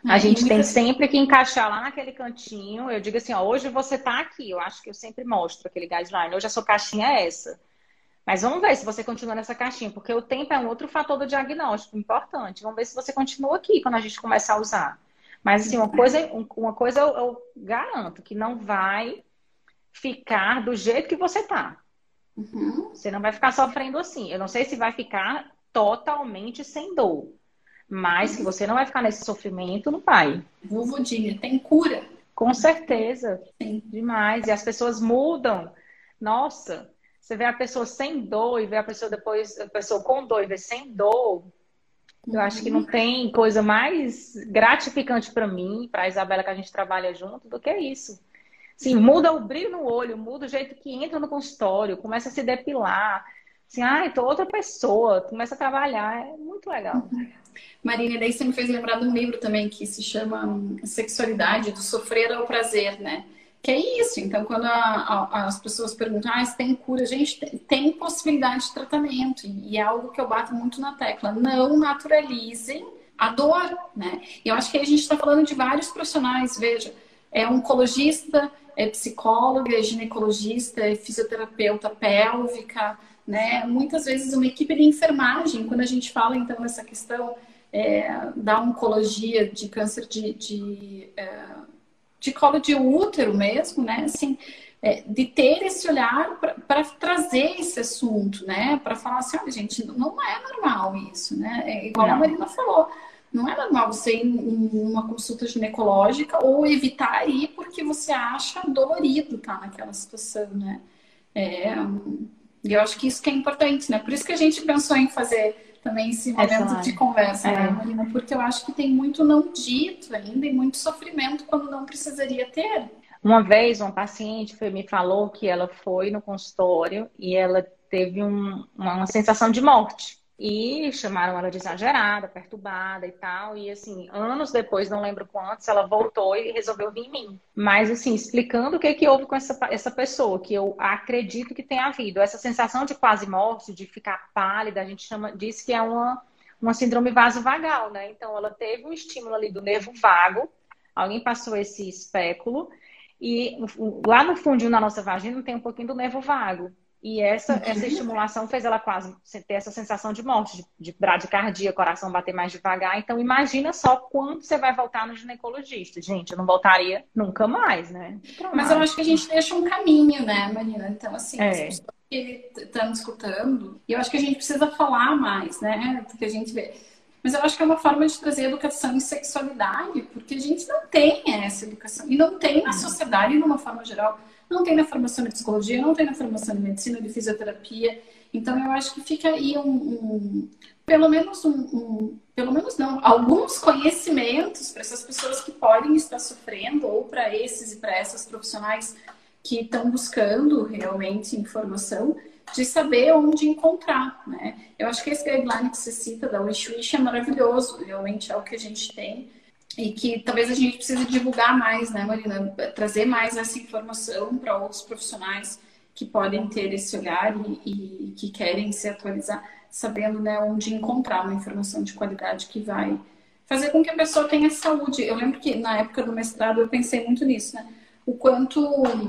A gente tem sempre que encaixar lá naquele cantinho. Eu digo assim, ó, hoje você tá aqui. Eu acho que eu sempre mostro aquele guideline. Hoje a sua caixinha é essa. Mas vamos ver se você continua nessa caixinha, porque o tempo é um outro fator do diagnóstico importante. Vamos ver se você continua aqui quando a gente começar a usar. Mas assim, uma coisa eu garanto, que não vai ficar do jeito que você tá. Você não vai ficar sofrendo assim. Eu não sei se vai ficar totalmente sem dor. Mas que você não vai ficar nesse sofrimento, não vai. Vulvodinha, tem cura. Com certeza. Sim. Demais. E as pessoas mudam. Nossa, você vê a pessoa sem dor e vê a pessoa depois, a pessoa com dor e vê sem dor. Eu acho que não tem coisa mais gratificante para mim, para a Isabela, que a gente trabalha junto, do que isso. Sim, muda o brilho no olho, muda o jeito que entra no consultório, começa a se depilar. Assim, tô outra pessoa, começa a trabalhar. É muito legal. Marina, daí você me fez lembrar de um livro também que se chama Sexualidade, do Sofrer ao Prazer, né? Que é isso. Então, quando as pessoas perguntam, se tem cura, a gente tem possibilidade de tratamento. E é algo que eu bato muito na tecla. Não naturalizem a dor, né? E eu acho que a gente está falando de vários profissionais, veja, é oncologista, é psicóloga, é ginecologista, é fisioterapeuta pélvica, né? Muitas vezes uma equipe de enfermagem, quando a gente fala então nessa questão da oncologia, de câncer de colo de útero mesmo, né? Assim, de ter esse olhar para trazer esse assunto, né? Para falar assim, olha, gente, não é normal isso, né? É igual a Marina falou, não é normal você ir em uma consulta ginecológica ou evitar ir porque você acha dolorido estar naquela situação, né? E eu acho que isso que é importante, né? Por isso que a gente pensou em fazer também esse momento de conversa, né, Marina? Porque eu acho que tem muito não dito ainda e muito sofrimento quando não precisaria ter. Uma vez, uma paciente me falou que ela foi no consultório e ela teve uma sensação de morte. E chamaram ela de exagerada, perturbada e tal. E assim, anos depois, não lembro quantos, ela voltou e resolveu vir em mim. Mas assim, explicando o que houve com essa pessoa, que eu acredito que tenha havido. Essa sensação de quase morte, de ficar pálida, a gente diz que é uma síndrome vasovagal, né? Então ela teve um estímulo ali do nervo vago, alguém passou esse espéculo, e lá no fundinho da nossa vagina tem um pouquinho do nervo vago. E essa estimulação fez ela quase ter essa sensação de morte, de bradicardia, coração bater mais devagar. Então, imagina só quando você vai voltar no ginecologista. Gente, eu não voltaria nunca mais, né? Mas eu acho que a gente deixa um caminho, né, Marina? Então, assim, as pessoas que estão escutando, e eu acho que a gente precisa falar mais, né? Porque a gente vê. Mas eu acho que é uma forma de trazer educação em sexualidade, porque a gente não tem essa educação. E não tem na sociedade, de uma forma geral. Não tem na formação de psicologia, não tem na formação de medicina, de fisioterapia. Então, eu acho que fica aí pelo menos não, alguns conhecimentos para essas pessoas que podem estar sofrendo, ou para esses e para essas profissionais que estão buscando realmente informação, de saber onde encontrar, né? Eu acho que esse guideline que você cita da Wish é maravilhoso, realmente é o que a gente tem. E que talvez a gente precise divulgar mais, né, Marina? Trazer mais essa informação para outros profissionais que podem ter esse olhar e que querem se atualizar, sabendo, né, onde encontrar uma informação de qualidade que vai fazer com que a pessoa tenha saúde. Eu lembro que na época do mestrado eu pensei muito nisso, né? O quanto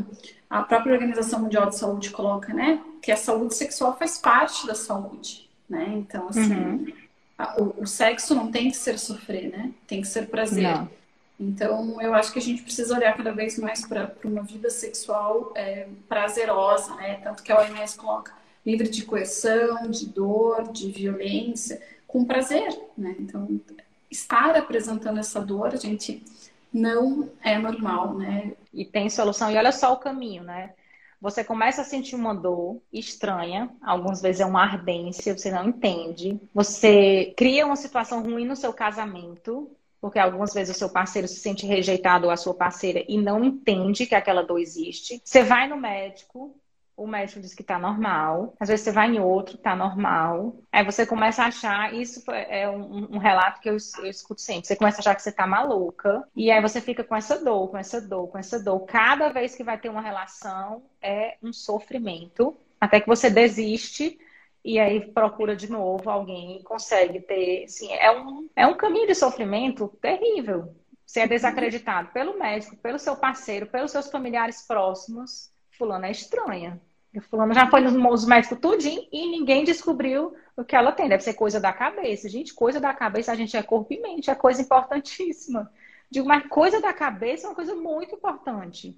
a própria Organização Mundial de Saúde coloca, né? Que a saúde sexual faz parte da saúde, né? Então, assim... O sexo não tem que ser sofrer, né? Tem que ser prazer. Não. Então, eu acho que a gente precisa olhar cada vez mais para uma vida sexual prazerosa, né? Tanto que a OMS coloca livre de coerção, de dor, de violência, com prazer, né? Então, estar apresentando essa dor, a gente não é normal, né? E tem solução. E olha só o caminho, né? Você começa a sentir uma dor estranha, algumas vezes é uma ardência, você não entende. Você cria uma situação ruim no seu casamento, porque algumas vezes o seu parceiro se sente rejeitado ou a sua parceira e não entende que aquela dor existe. Você vai no médico, o médico diz que tá normal. Às vezes você vai em outro, tá normal. Aí você começa a achar, isso é um relato que eu escuto sempre. Você começa a achar que você tá maluca. E aí você fica com essa dor, com essa dor, com essa dor. Cada vez que vai ter uma relação é um sofrimento. Até que você desiste e aí procura de novo alguém e consegue ter, assim, é um caminho de sofrimento terrível. Você é desacreditado pelo médico, pelo seu parceiro, pelos seus familiares próximos. Fulano é estranha. O fulano já foi nos médicos tudinho e ninguém descobriu o que ela tem. Deve ser coisa da cabeça. Gente, coisa da cabeça, a gente é corpo e mente, é coisa importantíssima. Digo, mas coisa da cabeça é uma coisa muito importante.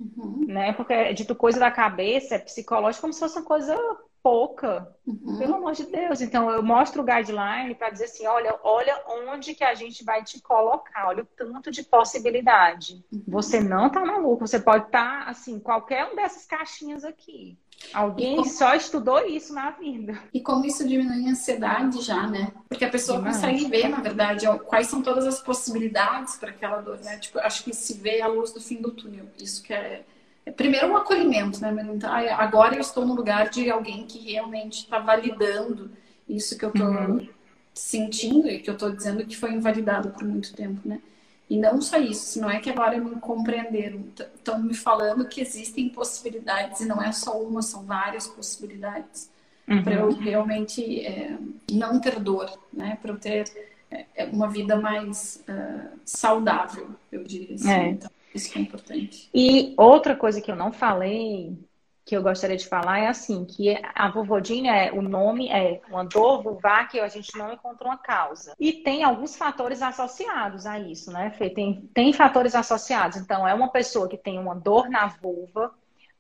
Né? Porque dito coisa da cabeça é psicológico como se fosse uma coisa pouca. Pelo amor de Deus. Então, eu mostro o guideline para dizer assim, olha onde que a gente vai te colocar. Olha o tanto de possibilidade. Você não tá maluco. Você pode estar, assim, qualquer uma dessas caixinhas aqui. Alguém só estudou isso na vida. E como isso diminui a ansiedade já, né? Porque a pessoa consegue ver, na verdade, quais são todas as possibilidades para aquela dor, né? Tipo, acho que se vê a luz do fim do túnel. Isso que é primeiro um acolhimento, né? Então, agora eu estou no lugar de alguém que realmente está validando isso que eu estou sentindo e que eu estou dizendo que foi invalidado por muito tempo, né? E não só isso, se não é que agora me compreenderam, estão me falando que existem possibilidades e não é só uma, são várias possibilidades para eu realmente não ter dor, né? Para eu ter uma vida mais saudável, eu diria assim. Então, isso que é importante. E outra coisa que eu não falei, que eu gostaria de falar, é assim, que a vulvodínia, o nome é uma dor vulvar que a gente não encontrou uma causa. E tem alguns fatores associados a isso, né, Fê? Tem fatores associados. Então, é uma pessoa que tem uma dor na vulva,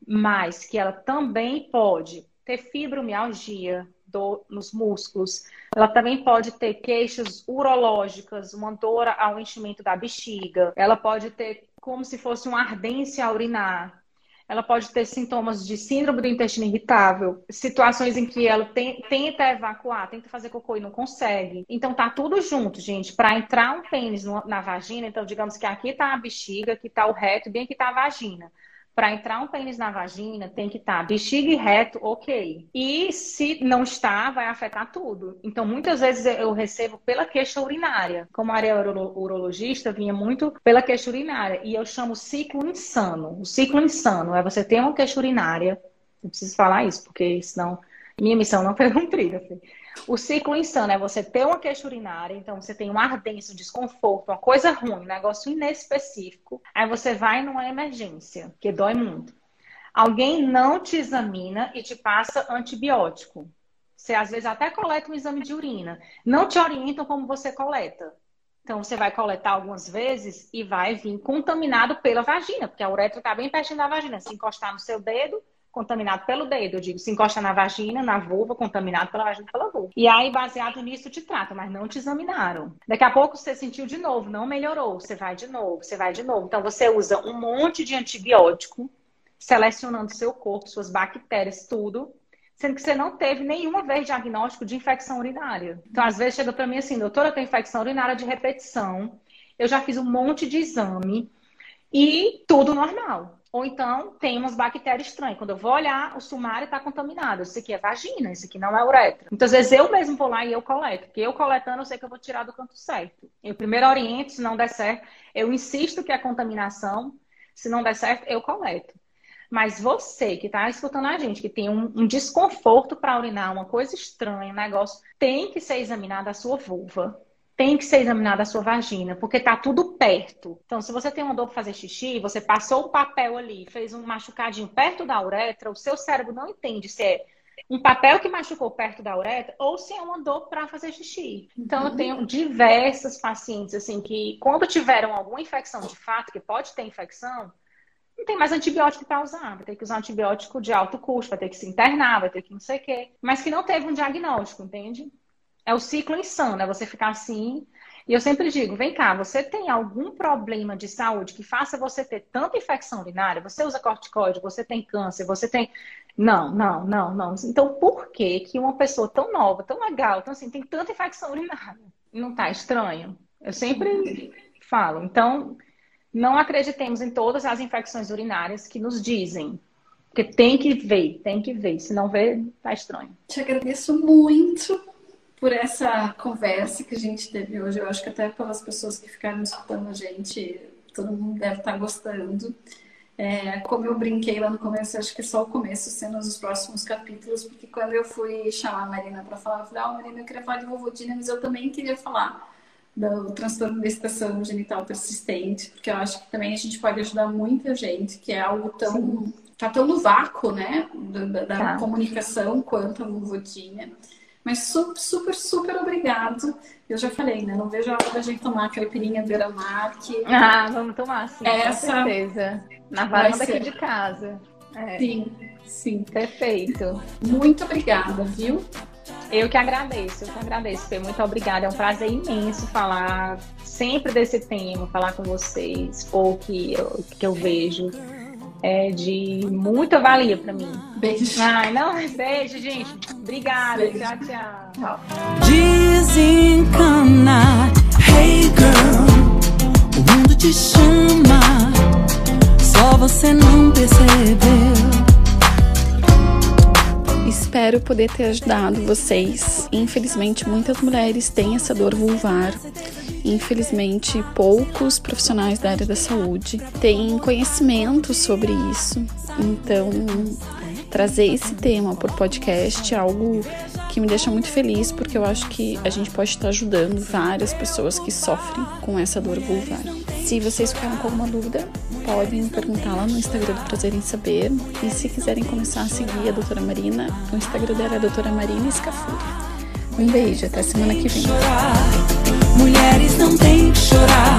mas que ela também pode ter fibromialgia, dor nos músculos. Ela também pode ter queixas urológicas, uma dor ao enchimento da bexiga. Ela pode ter como se fosse uma ardência a urinar. Ela pode ter sintomas de síndrome do intestino irritável, situações em que ela tenta evacuar, tenta fazer cocô e não consegue. Então tá tudo junto, gente. Para entrar um pênis na vagina, então digamos que aqui tá a bexiga, aqui tá o reto e bem aqui tá a vagina. Para entrar um pênis na vagina, tem que estar bexiga e reto, ok. E se não está, vai afetar tudo. Então, muitas vezes eu recebo pela queixa urinária. Como a área urologista, vinha muito pela queixa urinária. E eu chamo ciclo insano. O ciclo insano é você ter uma queixa urinária. Eu preciso falar isso, porque senão minha missão não foi cumprida. O ciclo insano é você ter uma queixa urinária, então você tem uma ardência, um desconforto, uma coisa ruim, um negócio inespecífico. Aí você vai numa emergência, que dói muito. Alguém não te examina e te passa antibiótico. Você às vezes até coleta um exame de urina. Não te orientam como você coleta. Então você vai coletar algumas vezes e vai vir contaminado pela vagina, porque a uretra está bem pertinho da vagina. Se encostar no seu dedo, contaminado pelo dedo, eu digo, se encosta na vagina, na vulva, contaminado pela vagina, pela vulva. E aí, baseado nisso, te trata, mas não te examinaram. Daqui a pouco você sentiu de novo, não melhorou, você vai de novo, você vai de novo. Então, você usa um monte de antibiótico, selecionando seu corpo, suas bactérias, tudo, sendo que você não teve nenhuma vez diagnóstico de infecção urinária. Então, às vezes, chega pra mim assim, doutora, eu tenho infecção urinária de repetição, eu já fiz um monte de exame e tudo normal. Ou então, tem umas bactérias estranhas. Quando eu vou olhar, o sumário está contaminado. Isso aqui é vagina, isso aqui não é uretra. Então, às vezes, eu mesmo vou lá e eu coleto. Porque eu coletando, eu sei que eu vou tirar do canto certo. Eu primeiro oriento, se não der certo, eu insisto que é contaminação. Se não der certo, eu coleto. Mas você que está escutando a gente, que tem um desconforto para urinar, uma coisa estranha, um negócio, tem que ser examinada a sua vulva. Tem que ser examinada a sua vagina, porque tá tudo perto. Então, se você tem uma dor para fazer xixi, você passou o papel ali, fez um machucadinho perto da uretra, o seu cérebro não entende se é um papel que machucou perto da uretra ou se é uma dor para fazer xixi. Então, eu tenho diversas pacientes, assim, que quando tiveram alguma infecção de fato, que pode ter infecção, não tem mais antibiótico para usar. Vai ter que usar antibiótico de alto custo, vai ter que se internar, vai ter que não sei o quê. Mas que não teve um diagnóstico, entende? É o ciclo insano, é você ficar assim. E eu sempre digo, vem cá, você tem algum problema de saúde que faça você ter tanta infecção urinária? Você usa corticoide, você tem câncer, você tem... Não. Então, por que uma pessoa tão nova, tão legal, tão assim, tem tanta infecção urinária? Não tá estranho? Eu sempre falo. Então, não acreditemos em todas as infecções urinárias que nos dizem. Porque tem que ver. Se não ver, tá estranho. Te agradeço muito por essa conversa que a gente teve hoje. Eu acho que até pelas pessoas que ficaram escutando a gente, todo mundo deve estar gostando. Como eu brinquei lá no começo, acho que só o começo, sendo os próximos capítulos, porque quando eu fui chamar a Marina para falar, eu falei, Marina, eu queria falar de vulvodínia, mas eu também queria falar do transtorno da excitação genital persistente, porque eu acho que também a gente pode ajudar muita gente, que é algo tão... Tá tão no vácuo, né? Da comunicação quanto a vulvodinha. Mas super, super obrigado. Eu já falei, né? Não vejo a hora da gente tomar a caipirinha beira-mar. Vamos tomar, sim, com certeza. Na varanda aqui de casa. Sim. Perfeito. Muito obrigada, viu? Eu que agradeço, Fê. Muito obrigada. É um prazer imenso falar sempre desse tema, falar com vocês, expor o que eu vejo. É de muita valia pra mim. Beijo. Beijo, gente. Obrigada. Beijo. Tchau. Desencana, hey girl, o mundo te chama, só você não percebeu. Espero poder ter ajudado vocês. Infelizmente, muitas mulheres têm essa dor vulvar. Infelizmente, poucos profissionais da área da saúde têm conhecimento sobre isso. Então, trazer esse tema por podcast é algo que me deixa muito feliz, porque eu acho que a gente pode estar ajudando várias pessoas que sofrem com essa dor vulvar. Se vocês ficaram com alguma dúvida, podem perguntar lá no Instagram do Prazer em Saber. E se quiserem começar a seguir a doutora Marina, o Instagram dela é a doutora Marina Scafuri. Um beijo, até semana que vem. Mulheres não têm que chorar.